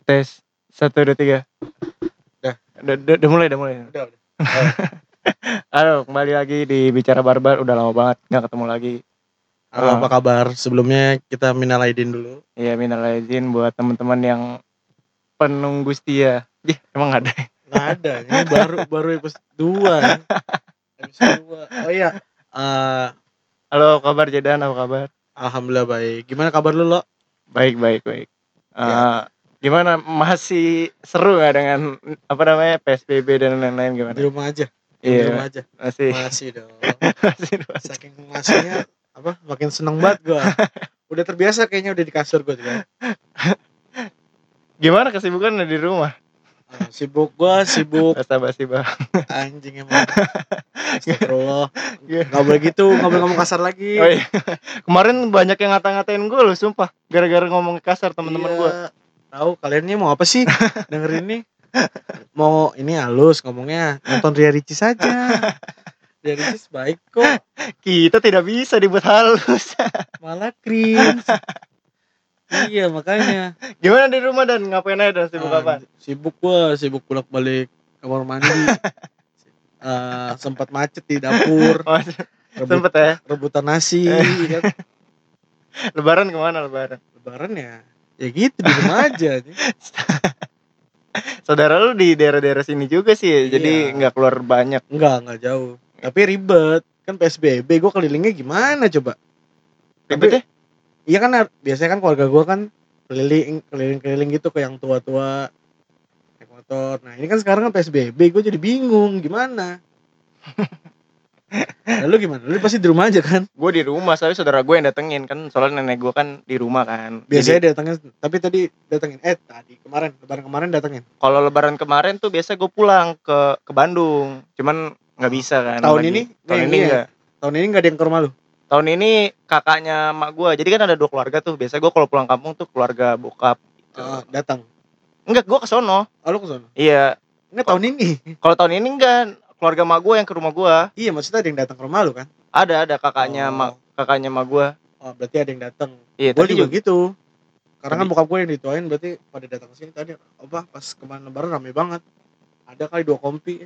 Tes 1 2 3. Udah. Udah mulai. Udah. Oh. Halo, kembali lagi di Bicara Barbar. Udah lama banget nggak ketemu lagi. Halo, apa kabar? Sebelumnya kita minal aidin dulu. Iya, minal aidin buat teman-teman yang penunggu setia. Emang nggak ada? Nggak ada. Ini baru episode 2. Episode 2. Oh iya. Halo, kabar Jedan, apa kabar? Alhamdulillah baik. Gimana kabar lu, Lo? Baik. Ya. Gimana, masih seru nggak dengan PSBB dan lain-lain gimana? Di rumah aja. Iya, Di rumah aja. Masih dong. masih. Saking masihnya makin seneng banget gua. Udah terbiasa kayaknya udah di kasur gua juga. Gimana kesibukan di rumah? Sibuk. Basa-basi bang. Anjing emang. Astagfirullah. Gak boleh gitu, gak boleh ngomong kasar lagi. Oh iya. Kemarin banyak yang ngata-ngatain gue loh, sumpah. Gara-gara ngomong kasar teman-teman gue. Tahu kalian ini mau apa sih? Dengerin nih. Mau ini halus ngomongnya, nonton Ria Ricis saja. Ria Ricis baik kok. Kita tidak bisa dibuat halus. Malah cringe. Iya makanya. Gimana di rumah dan ngapain aja dan sibuk apa? Sibuk bolak-balik kamar mandi. Sempat macet di dapur. Sempet ya? Rebutan nasi kan. Lebaran kemana lebaran? Lebaran ya gitu di rumah aja. Saudara lu di daerah-daerah sini juga sih ya? Iya. Jadi gak keluar banyak. Enggak jauh. Tapi ribet. Kan PSBB gue kelilingnya gimana coba? Ribet ya? Iya kan biasanya kan keluarga gue kan keliling gitu ke yang tua-tua naik motor. Nah ini kan sekarang kan PSBB, gue jadi bingung gimana. Lalu gimana? Lu pasti di rumah aja kan? Gue di rumah, soalnya saudara gue yang datengin kan, soalnya nenek gue kan di rumah kan. Biasanya datengin, tapi tadi datengin. Lebaran kemarin datengin. Kalau lebaran kemarin tuh biasa gue pulang ke Bandung, cuman nggak bisa kan. Tahun ini enggak. Tahun ini nggak ada yang ke rumah lu? Tahun ini kakaknya mak gue, jadi kan ada 2 keluarga tuh. Biasa gue kalau pulang kampung tuh keluarga bokap gitu. Datang. Enggak, gue kesono. Lu kesono? Iya. Enggak tahun ini. Kalau tahun ini enggak, keluarga mak gue yang ke rumah gue. Iya, maksudnya ada yang datang ke rumah lu kan? Ada kakaknya mak gue. Oh, berarti ada yang datang. Iya, gue juga gitu. Karena kan tadi, bokap gue yang dituain, berarti pada datang ke sini tadi. Pas kemarin lebaran rame banget. Ada kali 2 kompi.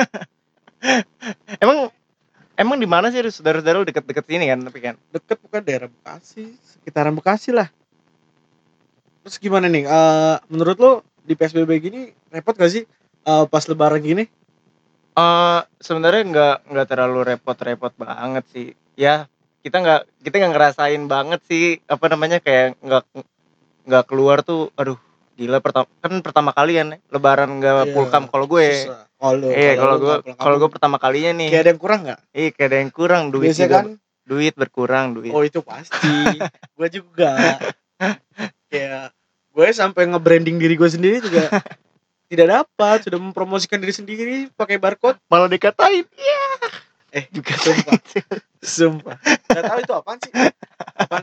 Emang di mana sih saudara-saudara deket-deket sini kan, tapi kan? Deket bukan daerah Bekasi, sekitaran Bekasi lah. Terus gimana nih? Menurut lo di PSBB gini repot gak sih pas lebaran gini? Sebenarnya nggak terlalu repot-repot banget sih. Ya, kita nggak ngerasain banget sih kayak nggak keluar tuh. Aduh, gila, pertama kali kan lebaran nggak pulkam kalau gue. Kalau gue pertama kalinya nih. Kayak ada yang kurang nggak? Iya, kayak ada yang kurang, duit biasanya juga. Kan? Duit berkurang. Oh itu pasti. Gue juga. Kayak gue sampai nge-branding diri gue sendiri juga tidak dapat, sudah mempromosikan diri sendiri pakai barcode, malah dikatain. Iya. Juga sumpah. Enggak tahu itu apaan sih? Apaan?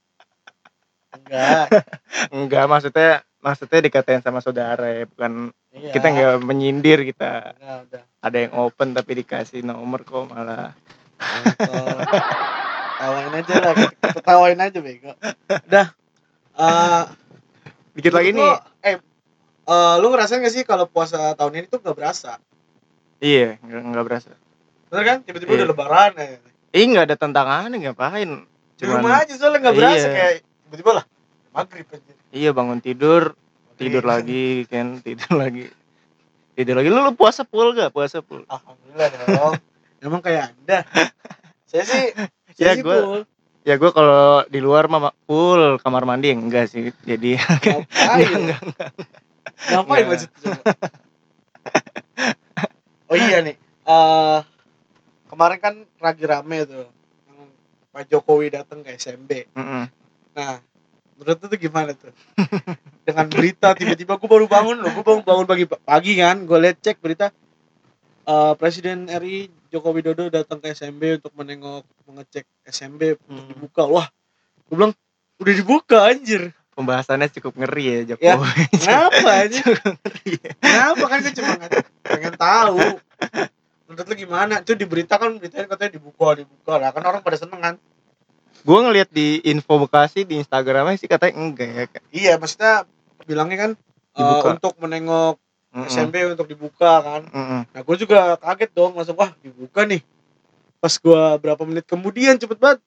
Enggak, maksudnya dikatain sama saudara ya, bukan. Iya. Kita nggak menyindir kita. Udah. Ada yang open tapi dikasih nomor kok malah. Tawain aja lah, kita tawain aja bego. Udah. Dikit lagi nih. Lu ngerasain gak sih kalau puasa tahun ini tuh gak berasa? Iya, gak berasa. Bener kan? Tiba-tiba udah lebaran ya. Gak ada tantangannya, ngapain? Di rumah aja soalnya gak berasa. Kayak tiba-tiba lah maghrib aja. Iya, bangun tidur lagi kan, tidur lagi. Lu puasa full gak? Alhamdulillah dong. Emang kayak Anda. Saya sih full. Ya gue kalau di luar mah full, kamar mandi enggak sih. Jadi enggak. Ngapain maksudnya? Oh iya nih. Kemarin kan lagi rame tuh Pak Jokowi datang ke SMB. Nah, menurut tuh gimana tuh? Dengan berita tiba-tiba gue baru bangun pagi kan, gue liat cek berita Presiden RI Joko Widodo datang ke SMB untuk mengecek SMB untuk dibuka. Wah, gue bilang udah dibuka anjir. Pembahasannya cukup ngeri ya Jokowi. Ya, kenapa aja? Kenapa kan gue cuma pengen tahu. Menurut lu gimana? Itu diberitakan katanya dibuka lah, kan orang pada seneng kan. Gue ngeliat di info Bekasi di Instagramnya sih katanya enggak ya. Iya, maksudnya bilangnya kan Dibuka. Untuk menengok SMB untuk dibuka kan. Nah gue juga kaget dong, langsung wah dibuka nih. Pas gue berapa menit kemudian cepet banget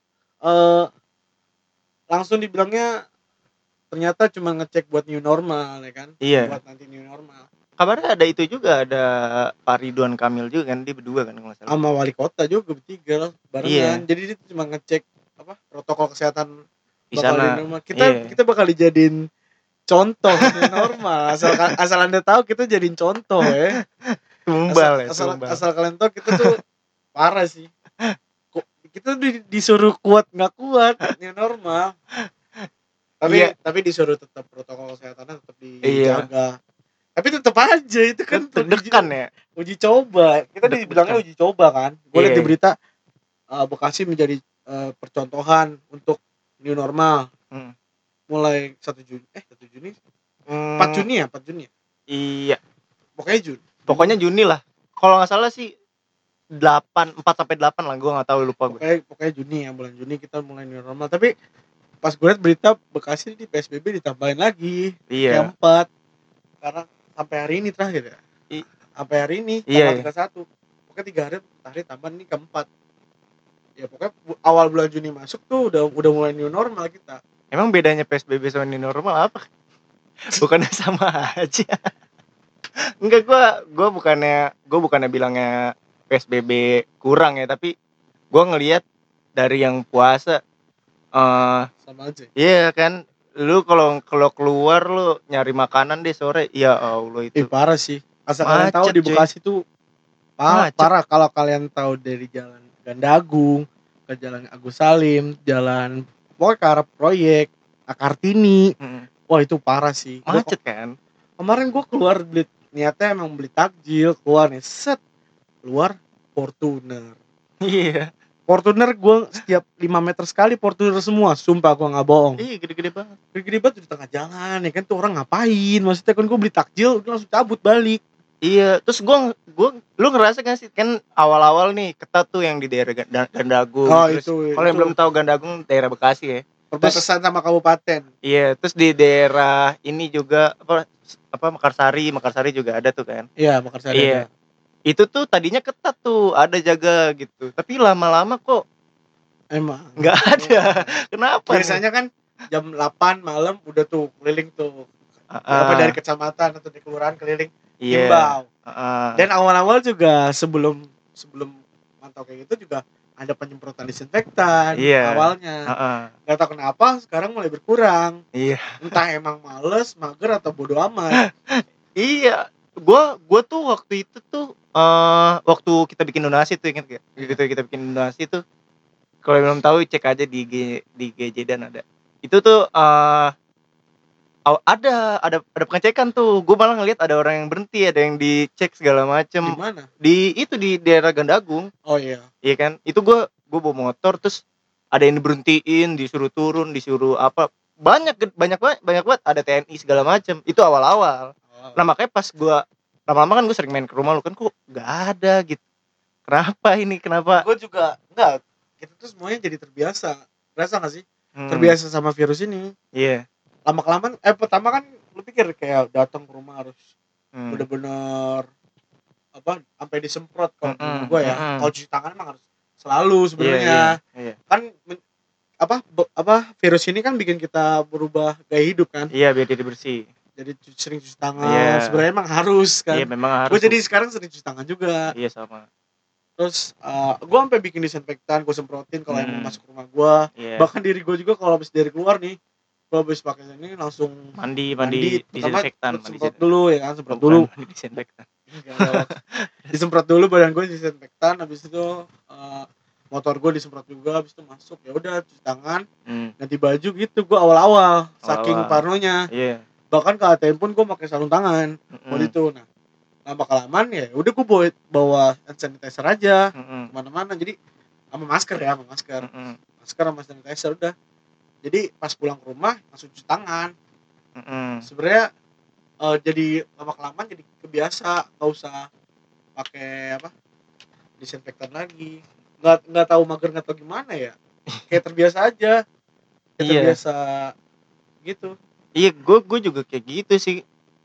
langsung dibilangnya ternyata cuma ngecek buat new normal ya kan. Iya. Buat nanti new normal. Kabarnya ada itu juga, ada Pak Ridwan Kamil juga kan, dia berdua kan kalau nggak salah. Sama wali kota juga bertiga barengan. Iya. Jadi dia cuma ngecek apa protokol kesehatan Di bakal sana. normal. Iya. Kita bakal dijadiin contoh new normal. Asal Anda tahu kita jadiin contoh ya. Tumbal. Asal kalian tahu kita tuh parah sih. Kita disuruh kuat nggak kuat new normal. Tapi disuruh tetap protokol kesehatannya tetap dijaga. Tapi tetap aja itu kan deg-degan ya. Uji coba. Kita dibilangnya uji coba kan. Gue lihat di berita Bekasi menjadi percontohan untuk new normal. Mulai 1 Juni. 1 Juni. 4 Juni ya? Iya. Pokoknya Juni lah. Kalau nggak salah sih 4 sampai 8 lah, gue nggak tahu, lupa gue. Pokoknya Juni ya, bulan Juni kita mulai new normal. Tapi pas gue lihat berita Bekasi di PSBB ditambahin lagi. Iya. Ke-4. Karena sampai hari ini terakhir ya. Sampai hari ini tanggal 31. Pokoknya 3 hari tambah nih ke-4. Ya pokoknya awal bulan Juni masuk tuh udah mulai new normal kita. Emang bedanya PSBB sama new normal apa? Bukannya sama aja. Enggak, gue bukannya bilangnya PSBB kurang ya, tapi gue ngelihat dari yang puasa sama aja. Iya kan, lu kalau keluar lu nyari makanan deh sore, ya Allah itu. Parah sih. Asal kalian tahu di Bekasi tuh parah. Kalau kalian tahu dari jalan Gandagung ke jalan Agus Salim, jalan pokoknya ke arah proyek Akartini. Wah itu parah sih. Macet kan. Kemarin gue keluar niatnya emang beli takjil, keluar nih keluar Fortuner. Iya. Fortuner gue setiap 5 meter sekali Fortuner semua, sumpah gue nggak bohong. Iya gede-gede banget. Gede-gede banget di tengah jalan ya kan, tuh orang ngapain? Maksudnya kan gue beli takjil, gue langsung cabut balik. Iya, terus lu ngerasa gak sih kan awal-awal nih ketat tuh yang di daerah Gandagung. Terus kalau yang belum tahu Gandagung daerah Bekasi ya. Perbatasan sama kabupaten. Iya, terus di daerah ini juga apa Mekarsari juga ada tuh kan. Iya, Mekarsari ada. Itu tuh tadinya ketat tuh, ada jaga gitu. Tapi lama-lama kok emang nggak ada. Kenapa? Biasanya kan jam 8 malam udah tuh keliling tuh. Apa dari kecamatan atau di kelurahan keliling himbau. Dan awal-awal juga sebelum mantau kayak gitu juga ada penyemprotan disinfektan awalnya. Gak tahu kenapa sekarang mulai berkurang. Entah emang males, mager atau bodo amat. Iya, gua tuh waktu itu tuh waktu kita bikin donasi tuh, inget gak? Kita bikin donasi tuh, kalau belum tahu cek aja di GJ dan ada. Itu tuh ada pengecekan tuh. Gue malah ngeliat ada orang yang berhenti, ada yang dicek segala macem. Di mana? Di daerah Gandagung. Oh iya. Iya kan? Itu gue bawa motor, terus ada yang diberhentiin, disuruh turun, disuruh apa? Banyak banget, ada TNI segala macem. Itu awal-awal. Nah makanya pas gue lama-lama kan gue sering main ke rumah lu kan, kok nggak ada gitu. Kenapa? Gue juga enggak. Kita tuh semuanya jadi terbiasa. Rasa nggak sih? Terbiasa sama virus ini. Iya. Lama-kelamaan pertama kan lu pikir kayak datang ke rumah harus bener-bener apa sampai disemprot kalau menurut gue ya. Kalau cuci tangan emang harus selalu sebenarnya. Iya. Kan virus ini kan bikin kita berubah gaya hidup kan. Iya, biar jadi bersih. Jadi sering cuci tangan. Sebenarnya emang harus kan. Iya, memang harus. Gue jadi sekarang sering cuci tangan juga. Iya, sama. Terus gue sampai bikin disinfektan, gue semprotin kalau yang mau masuk rumah gue. Bahkan diri gue juga kalau habis dari keluar nih, gue habis pakai ini langsung mandi disinfektan. Semprot dulu ya kan, semprot dulu. Disinfektan. Disemprot dulu badan gue disinfektan, habis itu motor gue disemprot juga, habis itu masuk ya udah cuci tangan, ganti baju gitu. Gue awal-awal saking parnonya. Bahkan ke ATM pun gue pakai sarung tangan waktu itu. Nah lama-kelamaan ya udah gue bawa hand sanitizer aja kemana-mana, jadi sama masker sama sanitizer udah. Jadi pas pulang ke rumah langsung cuci tangan. Sebenarnya jadi lama-kelamaan jadi kebiasa, nggak usah pakai disinfektan lagi. Nggak tahu mager nggak tahu gimana ya, kayak terbiasa aja, terbiasa gitu. Iya, gue juga kayak gitu sih.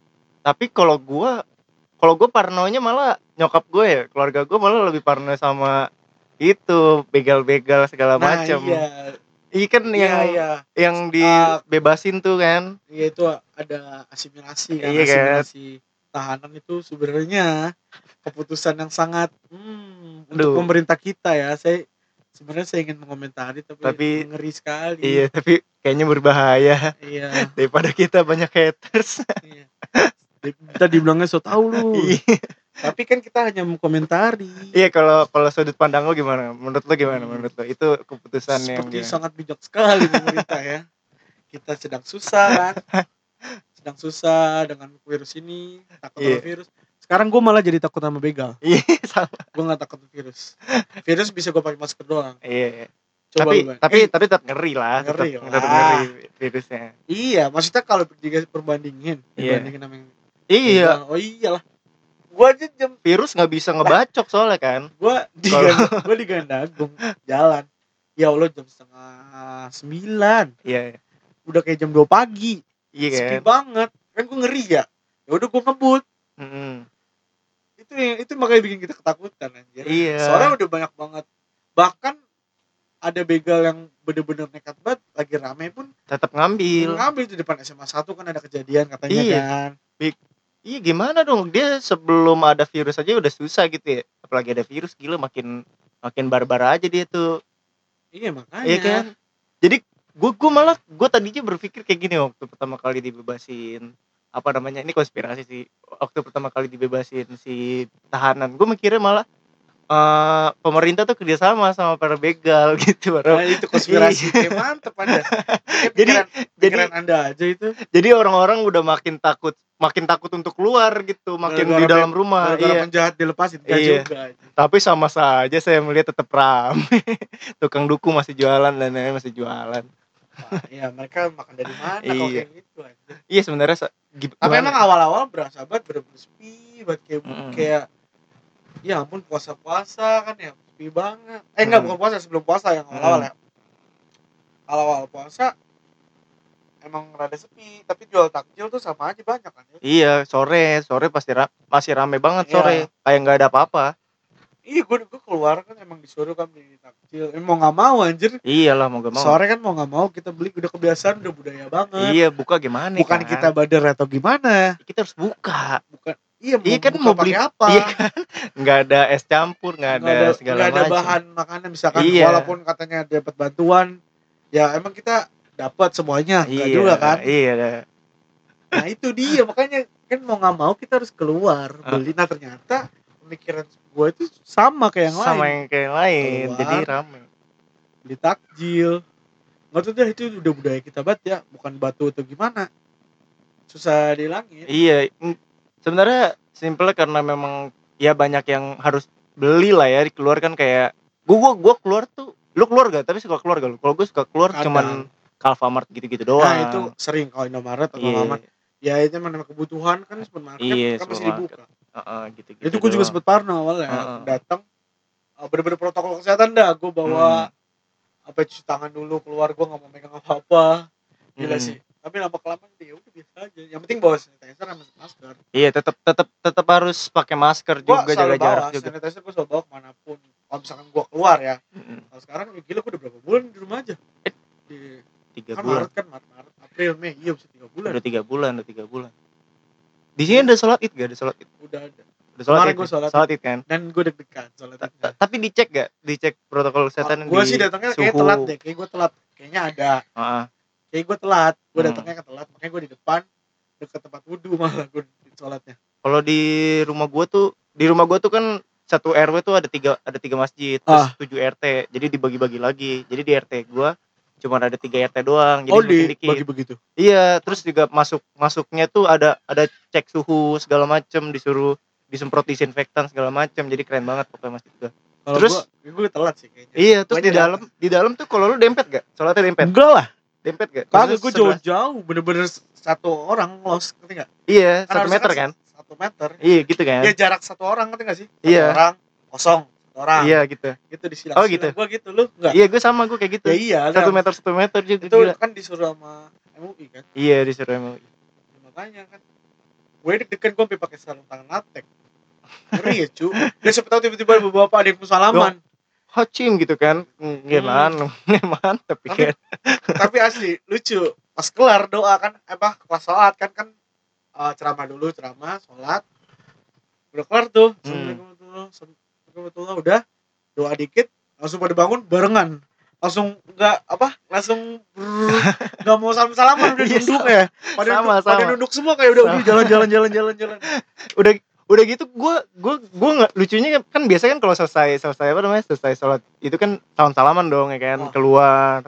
Tapi kalau gue parnonya malah nyokap gue ya, keluarga gue malah lebih parno sama itu begal-begal segala Nah macam. iya. Iya kan yang dibebasin tuh kan. Iya itu ada asimilasi kan. Iya kan? Asimilasi tahanan itu sebenarnya keputusan yang sangat untuk Aduh. pemerintah kita ya. Saya ingin mengomentari tapi ngeri sekali. Iya, tapi kayaknya berbahaya. Iya. Daripada kita banyak haters. Iya. Kita dibilangnya so tahu lu. Iya. Tapi kan kita hanya mengomentari. Iya, kalau sudut pandang lo gimana? Menurut lo gimana? Menurut lo itu keputusan seperti yang sangat bijak sekali pemerintah ya. Kita sedang susah kan. Sedang susah dengan virus ini, takut sama virus. Sekarang gue malah jadi takut sama begal. Iya, sama. Gue nggak takut virus. Virus bisa gue pakai masker doang. Iya. Coba tapi tetap ngeri lah. Tetap ngeri virusnya. Iya, maksudnya kalau dibandingin sama yang iya. Oh iyalah. Gue aja virus nggak bisa ngebacok soalnya kan. Gue di Gandagung jalan. Ya Allah jam 8:30. Iya. Udah kayak jam 2 pagi. Iya kan. Sepi banget. Kan gue ngeri ya. Ya udah gue ngebut. Itu makanya bikin kita ketakutan anjir. Iya. Soalnya udah banyak banget. Bahkan ada begal yang bener-bener nekat banget, lagi rame pun tetap ngambil di depan SMA 1 kan ada kejadian katanya kan. Iya gimana dong, dia sebelum ada virus aja udah susah gitu ya. Apalagi ada virus, gila makin barbar aja dia tuh. Iya makanya. Iya kan. Jadi gue tadinya berpikir kayak gini waktu pertama kali dibebasin. Apa namanya, ini konspirasi sih. Waktu pertama kali dibebasin si tahanan, gue mikirnya malah pemerintah tuh kerjasama sama para begal gitu. Nah, itu konspirasi kayak mantep Anda. Jadi Anda aja itu. Jadi orang-orang udah makin takut untuk keluar gitu, makin di dalam rumah. Iya. Penjahat dilepasin juga. Tapi sama saja saya melihat tetap ramai. Tukang duku masih jualan dan lain-lain masih jualan. Iya, mereka makan dari mana kalau kayak gitu aja. Iya sebenarnya. Tapi emang awal-awal berasa banget bener-bener sepi banget kayak ya ampun puasa-puasa kan ya sepi banget. Enggak bukan puasa, sebelum puasa yang awal-awal ya. Awal-awal puasa emang rada sepi, tapi jual takjil tuh sama aja banyak kan ya. Iya, sore pasti masih rame banget sore. Kayak enggak ada apa-apa. Iya, gue keluar kan emang disuruh kan beli takjil. Mau enggak mau anjir. Iyalah mau enggak mau. Sore kan mau enggak mau kita beli, udah kebiasaan, udah budaya banget. Iya, buka gimana bukan kan? Kita badar atau gimana? Kita harus buka. Bukan. Iya, kan mau beli apa? Iya kan. Enggak ada es campur, enggak ada segala macam. Enggak ada bahan makanan misalkan walaupun katanya dapat bantuan, ya emang kita dapat semuanya, enggak juga kan? Iya. Nah, itu dia makanya kan mau enggak mau kita harus keluar beli. Nah, ternyata pemikiran gue itu sama kayak yang lain. Sama yang kayak yang lain, keluar, jadi rame. Beli takjil. Enggak tahu deh itu udah budaya kita banget ya, bukan batu atau gimana. Susah dihilangin. Iya. Sebenarnya simple karena memang ya banyak yang harus beli lah ya, dikeluarkan kayak gua keluar tuh, lu keluar gak? Tapi suka keluar gak lu? Kalau gue suka keluar cuman Alfamart gitu-gitu doang. Nah itu sering kalau Indomaret atau Alfamart. Ya itu memang kebutuhan kan supermarket kan masih dibuka. Gitu. Itu gue juga sempet parno awalnya. Datang bener-bener protokol kesehatan dah. Gue bawa cuci tangan dulu, keluar gue nggak mau megang apa-apa. Gila sih. Tapi lama kelamaan ya udah biasa aja. Yang penting bawa sanitizer sama masker. Iya, tetap harus pakai masker juga, jaga jarak juga. Sanitizer gue selalu bawa kemanapun. Kalau misalkan gue keluar ya. Kalau sekarang gila gue udah berapa bulan di rumah aja. Di 3 bulan. Maret, April, Mei, iya bisa 3 bulan. Udah 3 bulan. Di sini ada sholat Id gak? Ada sholat Id? Udah ada. Kemarin gue sholat Id kan. Dan gue deg-degan sholat Id. Tapi dicek gak? Dicek protokol kesehatan gue sih datangnya kayak telat deh. Kayak gue telat. Kayaknya ada. Kayak gue telat. Gue datangnya telat. Makanya gue di depan dekat tempat wudu malah gue sholatnya. Kalau di rumah gue tuh kan satu RW tuh ada 3 masjid, terus 7 RT. Jadi dibagi-bagi lagi. Jadi di RT gue cuma ada 3 RT doang, jadi dikit. Bagi begitu. Iya, terus juga masuknya tuh ada cek suhu segala macem, disuruh disemprot disinfektan segala macem, jadi keren banget pokoknya masjid gua. Terus gue telat sih kayaknya. Iya, terus di dalam tuh kalau lu dempet gak? Sholatnya dempet? Enggak lah. Dempet gak? Kagak, gue jauh-jauh, bener-bener satu orang los, ngerti gak? Iya, 1 meter kan? 1 meter. Iya gitu kan? Ya jarak 1 orang, ngerti gak sih? 1 iya. orang kosong. Orang. Iya gitu. Gitu disilang. Oh gitu. Gua gitu, lu enggak? Iya, gue sama, gue kayak gitu. Ya iya, 1 meter juga. Itu gila. Kan disuruh sama MUI kan? Iya, disuruh MUI. Makanya kan. gue deg-degan, gue sampai pakai sarung tangan latex. Ngeri ya cu. Dan siapa tahu tiba-tiba bapak ada yang mau salaman. Hacim gitu kan, gimana? Mantep Tapi kan. tapi asli lucu. Pas kelar doa kan, kelas sholat kan ceramah dulu, sholat. Udah kelar tuh, Assalamualaikum, udah doa dikit, langsung pada bangun barengan. Langsung langsung nggak mau salaman udah Iya, nunduk ya. Pada nunduk semua kayak udah jalan. Udah gitu gue nggak, lucunya kan biasanya kan kalau selesai selesai sholat itu kan salaman dong ya kan, keluar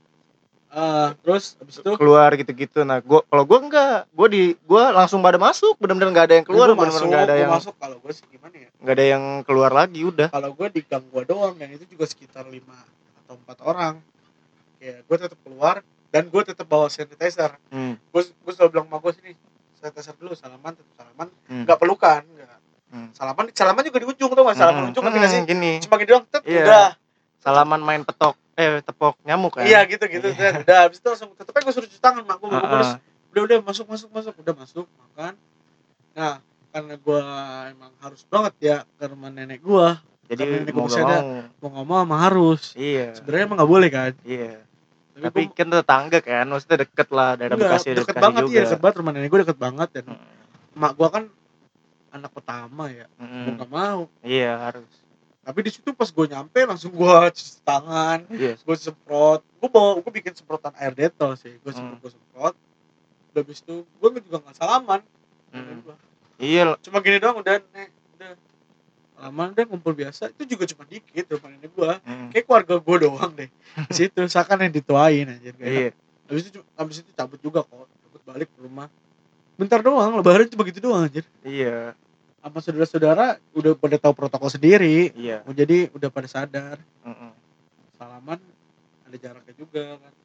terus abis itu keluar gitu. Nah kalau gue enggak, gue langsung pada masuk, benar-benar nggak ada yang keluar, benar-benar nggak ada yang masuk. Kalau gue sih gimana ya, nggak ada yang keluar lagi udah. kalau gue di gang gue doang, dan itu juga sekitar 5 atau 4 orang ya, gue tetap keluar dan gue tetap bawa sanitizer. Gue selalu bilang sama gue, sini sanitizer dulu, salaman nggak pelukan, nggak salaman juga di ujung tuh, salaman ujung ngerti nggak sih, gini. cuma gini doang, iya. Udah salaman main tepok nyamuk kan, iya gitu kan. Udah habis itu langsung tetep gue suruh cuci tangan, mak gue udah masuk makan. Nah karena gue emang harus banget ya ke rumah nenek gue, jadi mau nggak mau emang harus. Iya, sebenarnya emang nggak boleh kan. Iya, tapi kan tetangga kan, maksudnya deket lah, daerah Bekasi deket banget juga. Iya, deket banget, rumah nenek gue deket banget. Dan emak gue kan anak pertama ya, gue nggak mau. Iya, harus. Tapi di situ pas gue nyampe langsung gue cuci tangan, gue semprot, gue bikin semprotan air detol sih, gue semprot. Udah habis itu gue juga nggak salaman. Iya, cuma gini doang, udah salaman, udah ngumpul biasa. Itu juga cuma dikit rumah nenek gue, kayak keluarga gue doang deh di situ, seakan yang dituain aja kayak. Habis itu cabut juga kok, cabut balik ke rumah. Bentar doang, lebaran cuma gitu doang anjir. Iya. Sama saudara-saudara udah pada tahu protokol sendiri. Iya. Jadi udah pada sadar. Salaman ada jaraknya juga kan.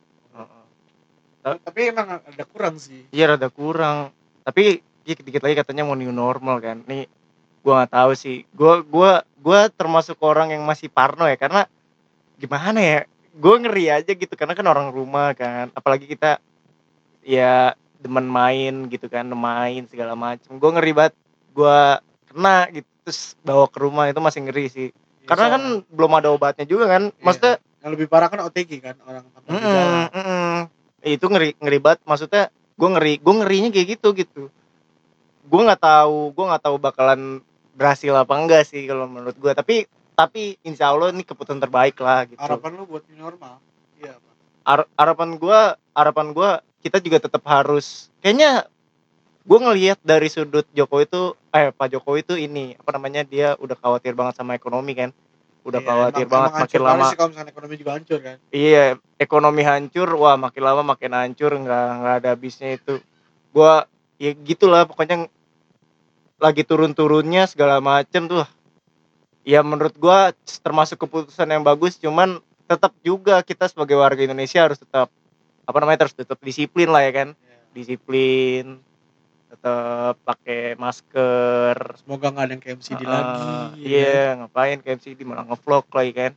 Tapi emang ada kurang sih. Iya, rada kurang. Tapi dikit lagi katanya mau new normal kan. Nih gua nggak tahu sih. Gua termasuk orang yang masih parno ya, karena gimana ya? Gue ngeri aja gitu, karena kan orang rumah kan. Apalagi kita ya demen main gitu kan, main segala macem. Gue ngeri banget gue kena gitu terus bawa ke rumah, itu masih ngeri sih. Karena kan belum ada obatnya juga kan. Maksudnya yang lebih parah kan OTG kan, orang tanpa gejala. Itu ngeri banget. Maksudnya gue ngerinya kayak gitu. Gue nggak tahu bakalan berhasil apa enggak sih kalau menurut gue. Tapi insya Allah ini keputusan terbaik lah gitu. Harapan lu buat new normal? Iya apa? Harapan gue kita juga tetap harus, kayaknya gue ngelihat dari sudut Jokowi itu Pak Jokowi itu ini dia udah khawatir banget sama ekonomi kan. Udah khawatir banget, makin lama sih kalau misalnya ekonomi juga hancur kan. Iya, ekonomi hancur, wah makin lama makin hancur, nggak ada habisnya itu. Gua ya gitulah pokoknya, lagi turun-turunnya segala macem tuh. Ya menurut gua termasuk keputusan yang bagus, cuman tetap juga kita sebagai warga Indonesia harus tetap harus tetap disiplin lah ya kan. Disiplin, tetap pakai masker. Semoga nggak ada yang KMCD lagi. Iya, ngapain KMCD, malah ngevlog lagi kan.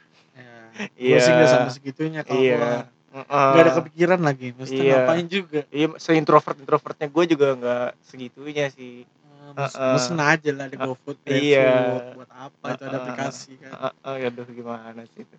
Gue sih nggak sampai segitunya kalau keluar. Nggak ada kepikiran lagi, mesti ngapain juga. Iya, se-introvertnya gue juga nggak segitunya sih. Mesen aja lah di GoFood, GrabFood, buat apa itu ada aplikasi kan. Aduh gimana sih itu.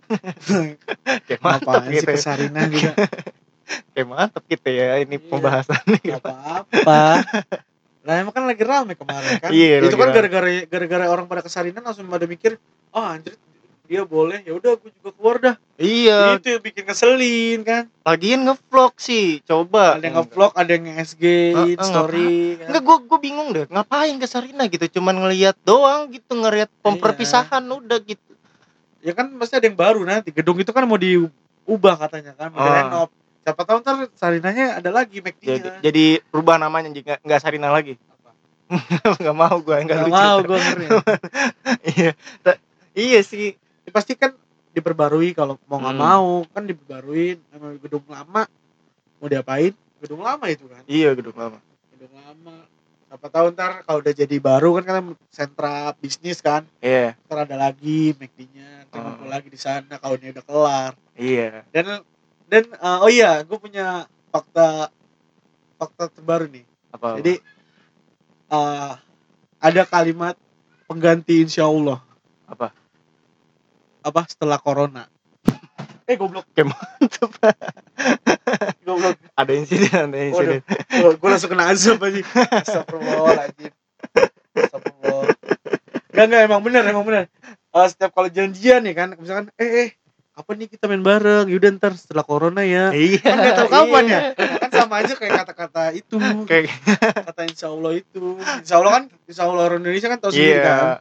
Kayak mantap gitu sih Kesarinan juga. Kayak mantap gitu ya ini pembahasannya. Gak apa-apa. Nah emang kan lagi rame kemarin kan. Itu kan gara-gara orang pada Kesarinan langsung pada mikir, anjir dia boleh, ya udah gue juga keluar dah. Iya. Itu yang bikin ngeselin kan. Lagian ngevlog sih, coba. Ada yang ngevlog, ada yang nge-SG-in story kan. Enggak, gue bingung deh, ngapain ke Sarina gitu, cuman ngelihat doang gitu, ngelihat perpisahan udah gitu. Ya kan pasti ada yang baru nanti, gedung itu kan mau diubah katanya kan, mau direnov. Siapa tahu ntar Sarinanya ada lagi McD-nya. Jadi rubah namanya, nggak Sarina lagi. Nggak mau gue, nggak lucu. Nggak mau gue ngeri. Iya sih. Ya, pasti kan diperbarui, kalau mau nggak mau kan diperbarui. Emang gedung lama mau diapain? Gedung lama itu kan. Iya, gedung lama. Siapa tahu ntar kalau udah jadi baru kan sentra bisnis kan. Iya. Ntar ada lagi McD-nya, ntar ngumpul lagi di sana kalau ini udah kelar. Iya. Dan gue punya fakta terbaru nih. Apa? Jadi ada kalimat pengganti insya Allah. Apa setelah corona. Goblok. Kayak mantep. Goblok. Ada insiden. Gue langsung kena azab aja. Astagfirullahaladzim. Enggak, emang bener. Setiap kalau janjian nih kan, misalkan apa nih kita main bareng, yaudah ntar setelah corona ya. Iya, kan gak tahu kapan ya. Nah, kan sama aja kayak kata-kata itu. Kayak kata insya Allah itu. Insya Allah orang Indonesia kan tahu sendiri kan.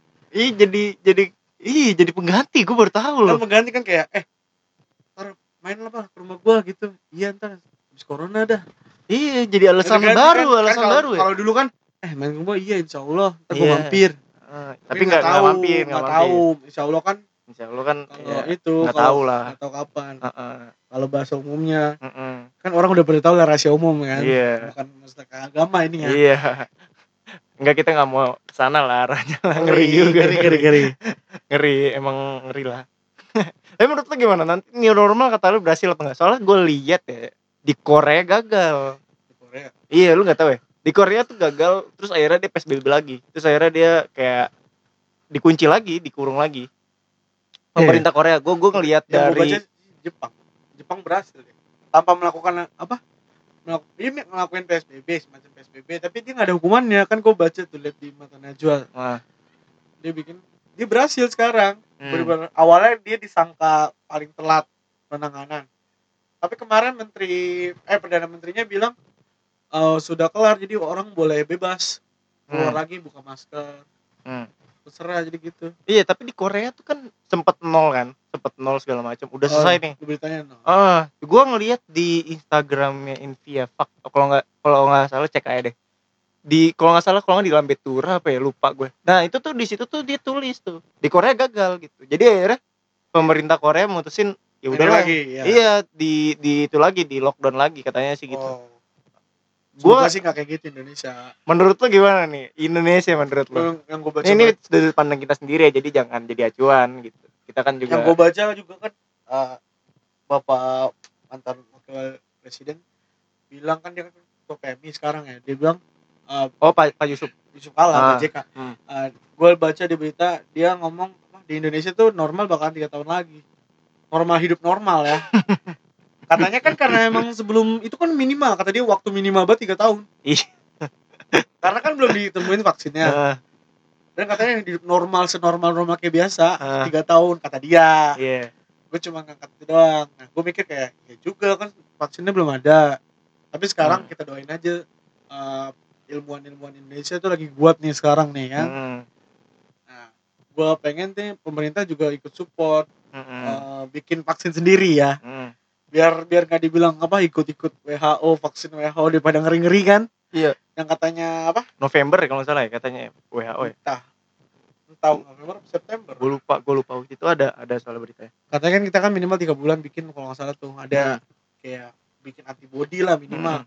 Jadi pengganti, gue baru tahu loh. Kan pengganti kan kayak ntar main lah Pak ke rumah gue gitu. Iya ntar habis corona dah. Iya, jadi alasan baru ya. Kalau dulu kan main ke rumah, iya insya Allah ntar gue mampir. Tapi nggak mampir. Insya Allah kan kalau itu nggak tahu lah, nggak tahu kapan. Kalau bahasa umumnya kan orang udah pada tahu lah rahasia umum kan. Iya. Bukan masalah agama ini ya. Iya. Enggak, kita nggak mau kesana lah arahnya lah. Ngeri juga. Ngeri, emang ngeri lah. Tapi menurut lo gimana, nanti new normal kata lo berhasil apa nggak? Soalnya gue lihat ya di Korea gagal. Di Korea? Iya, lu nggak tahu ya? Di Korea tuh gagal, terus akhirnya dia PSBB lagi. Terus akhirnya dia kayak dikunci lagi, dikurung lagi. Pemerintah Korea, gue ngelihat dari Jepang berhasil ya. Tanpa melakukan ngelakuin PSBB, semacam PSBB, tapi dia nggak ada hukumannya kan. Gue baca tuh, lihat di Mata Najwa. Dia berhasil sekarang. Benar-benar awalnya dia disangka paling telat penanganan, tapi kemarin Perdana Menterinya bilang sudah kelar, jadi orang boleh bebas keluar lagi, buka masker. Terserah jadi gitu. Iya, tapi di Korea tuh kan sempet nol segala macam. Udah selesai nih. Beritanya nol. Gua ngelihat di Instagramnya Invia Fak. Kalau nggak salah cek aja deh. Kalau nggak di Lambetura apa ya, lupa gue. Nah itu tuh di situ tuh dia tulis tuh di Korea gagal gitu. Jadi akhirnya pemerintah Korea mutusin ya udahlah. Iya, di itu lagi, di lockdown lagi katanya sih gitu. Gua sih nggak kayak gitu Indonesia. Menurut lo gimana nih Indonesia menurut lo? Yang gue baca ini dari pandang kita sendiri ya, jadi jangan jadi acuan gitu. Kita kan juga. Yang gue baca juga kan Bapak mantan wakil presiden bilang kan dia kan ketua PMI sekarang ya. Dia bilang Pak Yusuf Kala, Pak JK. Gue baca di berita dia ngomong di Indonesia tuh normal bakalan 3 tahun lagi. Hidup normal ya. Katanya kan karena emang sebelum itu kan minimal, kata dia waktu minimal banget 3 tahun. Karena kan belum ditemuin vaksinnya. Dan katanya hidup normal, senormal kayak biasa 3 tahun kata dia. Gue cuma ngangkat itu doang. Nah gue mikir kayak ya juga kan vaksinnya belum ada. Tapi sekarang kita doain aja ilmuwan Indonesia tuh lagi kuat nih sekarang nih ya. Nah gue pengen nih pemerintah juga ikut support bikin vaksin sendiri ya. Biar nggak dibilang ikut WHO, vaksin WHO daripada ngeri kan. Iya. Yang katanya November kalau nggak salah ya katanya WHO ya. Entah November September. Gue lupa itu ada soal beritanya. Katanya kan kita kan minimal 3 bulan bikin, kalau nggak salah tuh ada kayak bikin antibody lah minimal.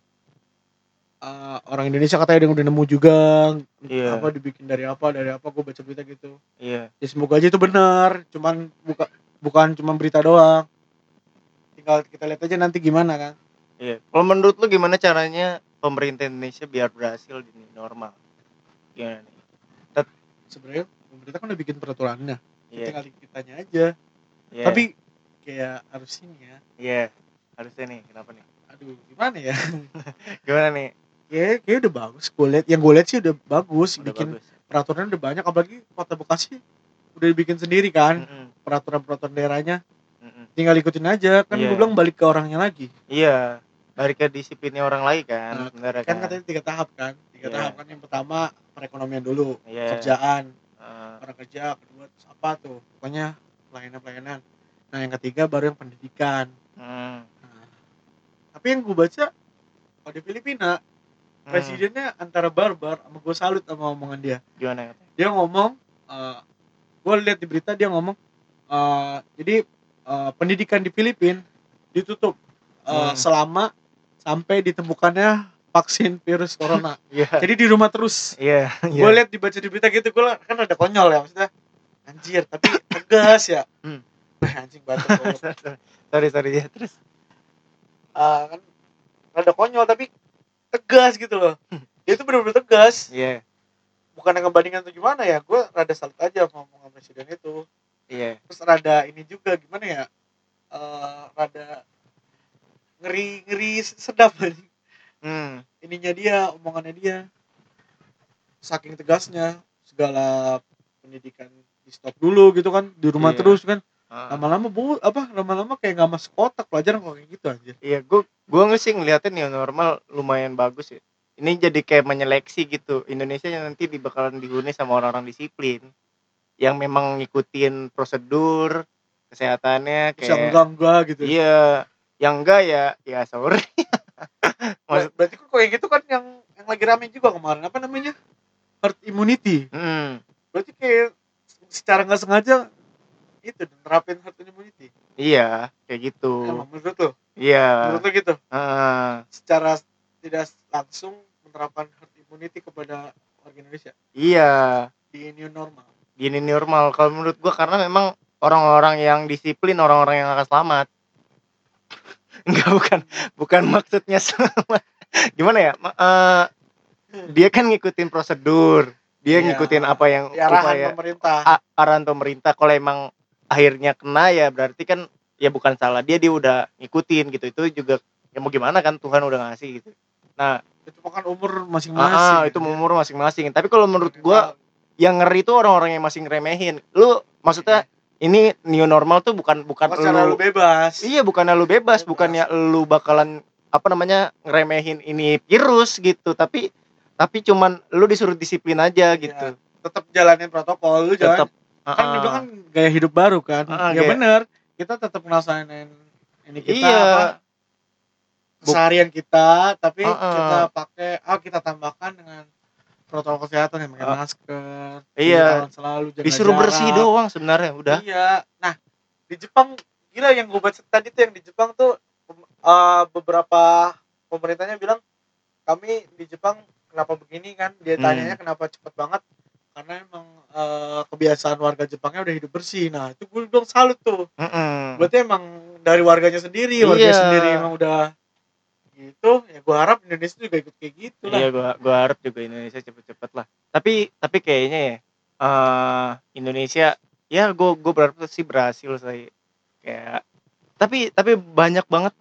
Orang Indonesia katanya udah nemu juga dibikin dari apa gue baca berita gitu. Iya. Ya semoga aja itu benar. Bukan cuma berita doang. Tinggal kita lihat aja nanti gimana kan. Iya. Kalau menurut lu gimana caranya pemerintah Indonesia biar berhasil di normal? Gimana nih? Sebenarnya pemerintah kan udah bikin peraturannya. Tinggal kitanya aja. Tapi kayak harus ini ya. Iya. Harusnya nih. Kenapa nih? Aduh, gimana ya? Gimana nih? Kayak udah bagus. Yang gue lihat sih udah bagus. Bikin peraturan udah banyak. Apalagi Kota Bekasi udah dibikin sendiri kan. Peraturan daerahnya. Tinggal ikutin aja kan. Gue bilang balik ke orangnya lagi. Iya, balik ke disiplinnya orang lagi kan. Kan katanya 3 tahap kan. 3 tahap kan. Yang pertama perekonomian dulu, kerjaan, orang kerja. Kedua apa tuh, pokoknya pelayanan. Nah yang ketiga baru yang pendidikan. Tapi yang gue baca di Filipina presidennya antara barbar sama gue salut sama omongan dia. Gimana? Dia ngomong, gue lihat di berita dia ngomong, jadi pendidikan di Filipina ditutup selama sampai ditemukannya vaksin virus corona. Jadi di rumah terus. Gue lihat dibaca di berita gitu, gue kan ada konyol ya maksudnya. Anjir, tapi tegas ya. Anjing batuk. Sorry ya, terus. Kan ada konyol tapi tegas gitu loh. Dia itu benar-benar tegas. Iya. Bukan ngebandingin atau gimana ya, gue rada salut aja sama omongan presiden itu. Iya. Terus rada ini juga gimana ya, rada ngeri sedap aja. Ininya dia, omongannya dia, saking tegasnya, segala pendidikan di stop dulu gitu kan, di rumah terus kan. Lama-lama kayak nggak masuk otak pelajaran kalau kayak gitu aja. Iya, gue sih ngeliatin new normal lumayan bagus ya. Ini jadi kayak menyeleksi gitu Indonesia yang nanti bakalan dihuni sama orang-orang disiplin yang memang ngikutin prosedur kesehatannya. Terus yang kayak enggak gitu. Iya, yang enggak ya sorry. Berarti kok kayak gitu kan yang lagi rame juga kemarin, apa namanya, herd immunity. Berarti kayak secara nggak sengaja itu nerapin herd immunity. Iya, kayak gitu. Emang menurut lo? Iya. Menurut lo gitu? Secara tidak langsung menerapkan herd immunity kepada warga Indonesia. Iya. Di new normal. Di new normal kalau menurut gua, karena memang orang-orang yang disiplin, orang-orang yang akan selamat. Enggak, bukan maksudnya selamat. Gimana ya? Dia kan ngikutin prosedur. Dia ngikutin apa yang arahan pemerintah. Kalau emang akhirnya kena ya berarti kan ya bukan salah dia udah ngikutin gitu. Itu juga ya mau gimana kan, Tuhan udah ngasih gitu. Nah, itu kan umur masing-masing. Itu umur masing-masing. Tapi kalau menurut gua yang ngeri itu orang-orang yang masih ngeremehin. Lu maksudnya ini new normal tuh bukan lu bebas. Iya, bukannya lu bebas, bukannya lu bakalan apa namanya ngeremehin ini virus gitu, tapi cuman lu disuruh disiplin aja gitu. Tetap jalanin protokol, lu jangan kan itu kan gaya hidup baru kan. Ya benar, kita tetap ngelaksanain ini kita keseharian kita, tapi kita pakai kita tambahkan dengan protokol kesehatan yang pakai masker, iya, selalu jaga disuruh jarak. Bersih doang sebenarnya udah. Iya. Nah, di Jepang gila yang gue baca tadi tuh, yang di Jepang tuh beberapa pemerintahnya bilang kami di Jepang kenapa begini kan, dia tanyanya kenapa cepet banget, karena emang kebiasaan warga Jepangnya udah hidup bersih. Nah itu gue bilang salut tuh. Berarti emang dari warganya sendiri, warga sendiri emang udah gitu. Ya gue harap Indonesia juga ikut kayak gitu lah. Iya, gue harap juga Indonesia cepet-cepet lah. Tapi kayaknya ya Indonesia ya gue berharap sih berhasil sih. Kayak tapi banyak banget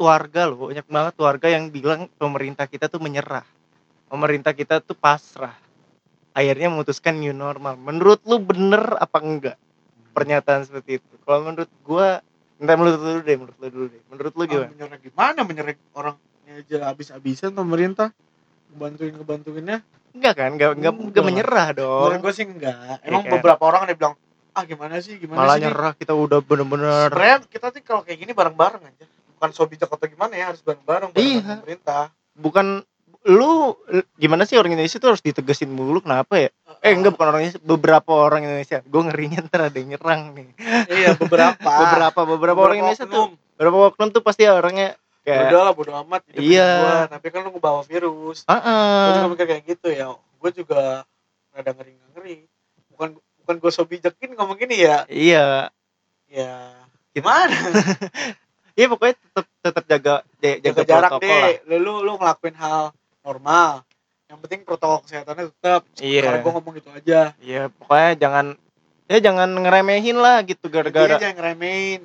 warga yang bilang pemerintah kita tuh menyerah. Pemerintah kita tuh pasrah. Akhirnya memutuskan new normal. Menurut lu bener apa enggak pernyataan seperti itu? Kalau menurut gua, menurut lu dulu deh. Menurut lu gimana? Menyerah gimana? Menyerah orang aja habis-habisan pemerintah ngebantuinnya. Enggak kan? Enggak menyerah dong. Menurut gua sih enggak. Emang beberapa orang ada bilang, gimana sih malah nyerah nih? Kita udah bener-bener. Sebenarnya kita tuh kalau kayak gini bareng-bareng aja. Bukan so bijak atau gimana ya, harus bareng-bareng pemerintah. Bukan lu gimana sih, orang Indonesia tuh harus ditegesin mulu, kenapa ya? Enggak, bukan orang Indonesia, beberapa orang Indonesia. Gue ngerinya ntar ada yang nyerang nih. Iya, beberapa orang Indonesia tuh. Beberapa oknum tuh pasti orangnya kayak bodo amat gua, tapi kan lu ngebawa virus. Gue juga mikir kayak gitu ya. Gue juga rada ngeri. Bukan gue so bijakin ngomong gini ya. Iya. Ya gimana? Iya, pokoknya tetap jaga jarak deh. Lu ngelakuin hal normal. Yang penting protokol kesehatannya tetap. Karena gue ngomong gitu aja. Iya, pokoknya jangan ngeremehin lah gitu gara-gara. Jangan ngeremehin.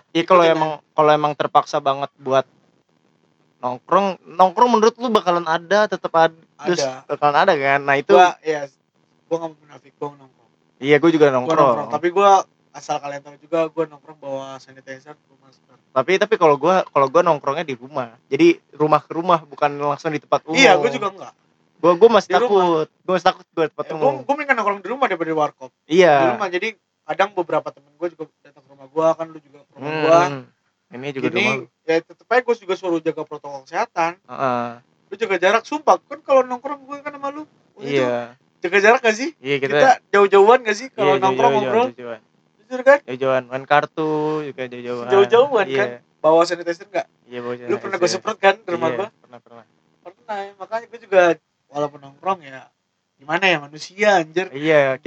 Kalau emang terpaksa banget buat nongkrong menurut lu bakalan ada, tetap ada. Terus bakalan ada kan. Nah, itu gua enggak mau munafik, gua nongkrong. Iya, gua juga nongkrong. Tapi gua asal kalian tahu juga, gue nongkrong bawa sanitizer, masker. Tapi kalau gue nongkrongnya di rumah. Jadi rumah ke rumah, bukan langsung di tempat umum. Iya, gue juga enggak. Gue masih takut. Gue masih takut gue tempat umum. Gue mendingan nongkrong di rumah daripada di warkop. Iya. Di rumah, jadi kadang beberapa temen gue juga datang ke rumah gue, kan lu juga ke rumah gue. Ini juga rumah lu. Ya tetep aja gue juga suruh jaga protokol kesehatan. Lu jaga jarak, sumpah. Kan kalau nongkrong gue kan sama lu. Iya. Jaga jarak gak sih? Iya, kita jauh-jauhan gak sih kalau nongkrong ngobrol? Jujur kan? Jauh-jauhan, main kartu juga jauh-jauhan. Jauh-jauhan kan? Bawa sanitizer enggak? Iya, bawa sanitizer. Lu pernah gue semprot kan ke rumah gue? Pernah. Pernah, makanya gue juga walaupun nongkrong ya gimana ya, manusia anjir. Iya,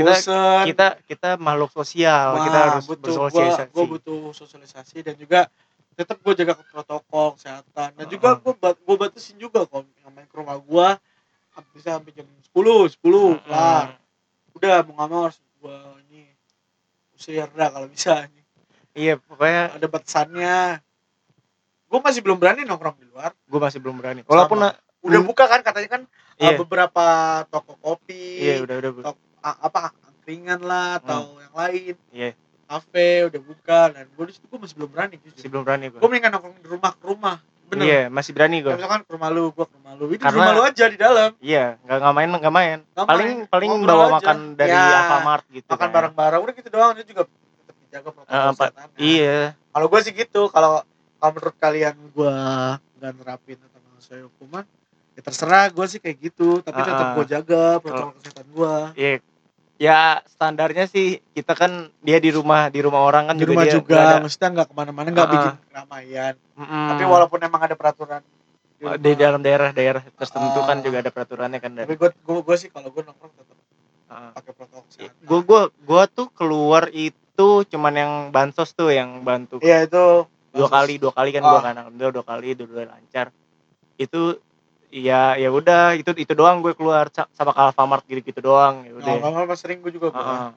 kita makhluk sosial. Kita harus bersosialisasi. Gue butuh sosialisasi dan juga tetap gue jaga protokol kesehatan. Dan juga gue batasin juga kalau yang main ke rumah gue habis bisa sampai jam 10 kelar. Udah mau nggak mau harus gue ini usir dah kalau bisa. Iya pokoknya Ada batasannya. Gue masih belum berani nongkrong di luar. gue masih belum berani. Walaupun udah buka kan katanya kan iya. Beberapa toko kopi. Iya udah. Angkringan lah atau yang lain. Iya. Kafe udah buka dan gue di situ gue masih belum berani. Masih belum berani gue. Gue mendingan nongkrong di rumah ke rumah. Bener. Iya masih berani gue. Misalkan ke rumah lu, gue ke rumah lu. Itu di rumah lu aja di dalam. Iya nggak main. Paling bawa aja. Makan dari Alfamart gitu. Makan bareng-bareng udah gitu doang. Dia juga tetap dijaga protokol kesehatan. Iya. Kalau gue sih gitu. Kalau menurut kalian gue nggak nerapin atau sesuai hukuman, ya terserah. Gue sih kayak gitu. Tapi tetap gue jaga protokol kesehatan gue. Iya. Ya standarnya sih kita kan dia di rumah orang kan di rumah juga maksudnya nggak kemana-mana nggak bikin keramaian. Tapi walaupun emang ada peraturan di dalam daerah tertentu kan juga ada peraturannya kan. Tapi gue sih kalau gue nongkrong tetap pakai protokol kesehatan. Gue tuh keluar itu cuman yang bansos tuh yang bantu. Iya itu dua kali kan gue kan alhamdulillah 2 kali dua lancar. Itu ya udah itu doang gue keluar sama ke Alfamart gitu doang ya udah. Alfamart sering gue juga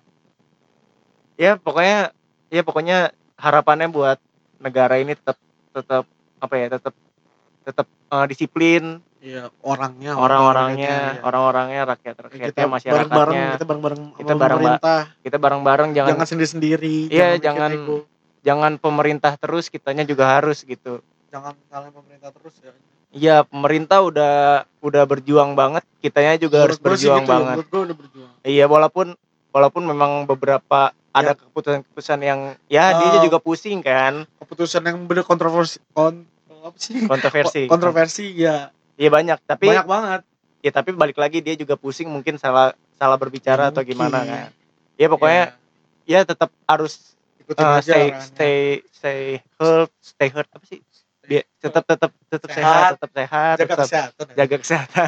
Ya pokoknya harapannya buat negara ini tetap apa ya tetap disiplin. Iya orang-orangnya rakyatnya masyarakatnya kita bareng-bareng jangan sendiri-sendiri. Iya jangan pemerintah terus kitanya juga harus gitu. Jangan salahkan pemerintah terus ya. Iya pemerintah udah berjuang banget, kitanya juga harus berjuang banget. Iya walaupun memang beberapa ada keputusan yang ya dia juga pusing kan. Keputusan yang kontroversi ya. Iya banyak banget. Ya tapi balik lagi dia juga pusing mungkin salah berbicara atau gimana kan. Ya pokoknya ya tetap harus stay hurt apa sih? Tetap sehat, jaga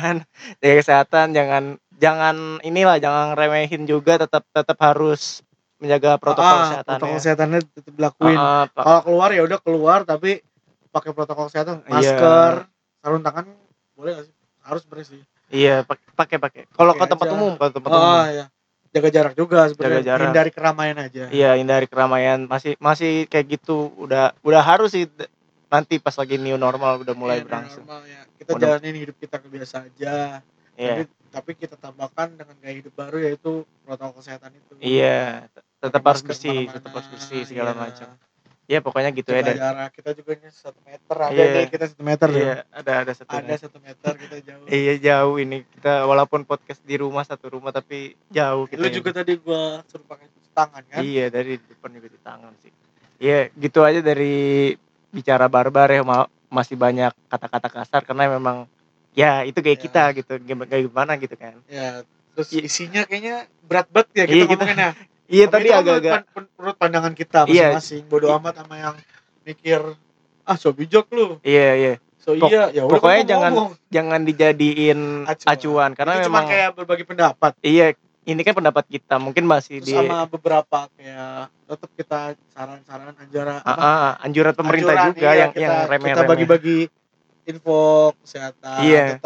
kesehatan, jangan remehin juga, tetap harus menjaga protokol kesehatannya. Protokol kesehatannya tetap dilakuin. Kalau keluar ya udah keluar tapi pakai protokol kesehatan, masker, sarung tangan boleh nggak sih? Harus bersih. Iya pakai. Kalau ke tempat umum, iya. Jaga jarak juga sebenarnya. Hindari keramaian aja. Iya hindari keramaian masih kayak gitu udah harus sih. Nanti pas lagi new normal udah mulai berangsur. Ya. Kita jalanin hidup kita biasa aja. Tapi kita tambahkan dengan gaya hidup baru yaitu protokol kesehatan itu. Iya, tetap harus bersih segala macam. Ya pokoknya gitu ya dari jarak kita juga 1 meter ada kita 1 meter. Iya, ada 1 meter kita jauh. Iya, jauh ini. Kita walaupun podcast di satu rumah tapi jauh kita. Lu juga tadi gua suruh pakai tangan kan? Iya, dari depan juga di tangan sih. Iya, gitu aja dari bicara barbar ya, masih banyak kata-kata kasar karena memang ya itu kayak kita gitu, gimana gitu kan ya. Terus isinya kayaknya berat banget ya kita ngomonginnya. Iya tadi agak-agak menurut pandangan kita masing-masing. Bodo amat sama yang mikir so bijak lu. Iya so iya ya udah pokoknya jangan dijadiin acuan karena itu memang cuma kayak berbagi pendapat. Iya ini kan pendapat kita mungkin masih terus sama beberapa kayak tetap kita saran-saran anjuran pemerintah juga yang remeh-remeh. Kita bagi-bagi info kesehatan,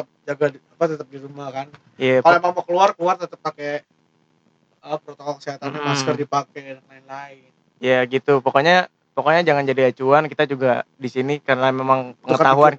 tetap di rumah kan. Kalau emang mau keluar tetap pakai protokol kesehatan, masker dipakai dan lain-lain. Ya gitu, pokoknya jangan jadi acuan. Kita juga di sini karena memang pengetahuan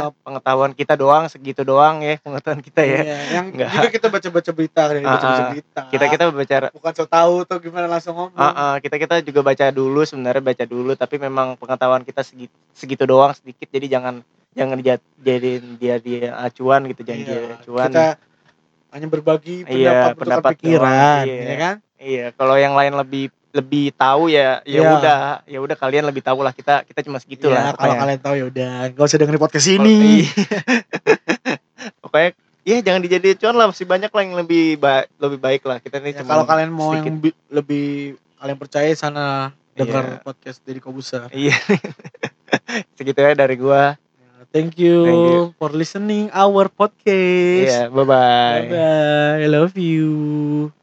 kita doang segitu doang ya pengetahuan kita ya. Yang juga kita baca-baca berita dari baca-baca berita. Kita baca bukan so tahu tuh gimana langsung ngomong. Kita juga baca dulu tapi memang pengetahuan kita segitu doang sedikit jadi jangan dijadiin dia acuan gitu, jangan jadi acuan. Kita hanya berbagi pendapat pikiran, ya kan? Iya, kalau yang lain lebih tahu ya udah kalian lebih tahu lah, kita cuma segitu lah. Kalau kalian tahu ya udah enggak usah dengerin podcast ini. Pokoknya jangan dijadiin acuan lah, masih banyak lah yang lebih baik lah. Kita ini cuma kalau kalian mau sedikit. Yang lebih kalian percaya sana denger podcast dari Kobuser. Iya. Segitu ya dari gua. Thank you for listening our podcast. Bye bye. I love you.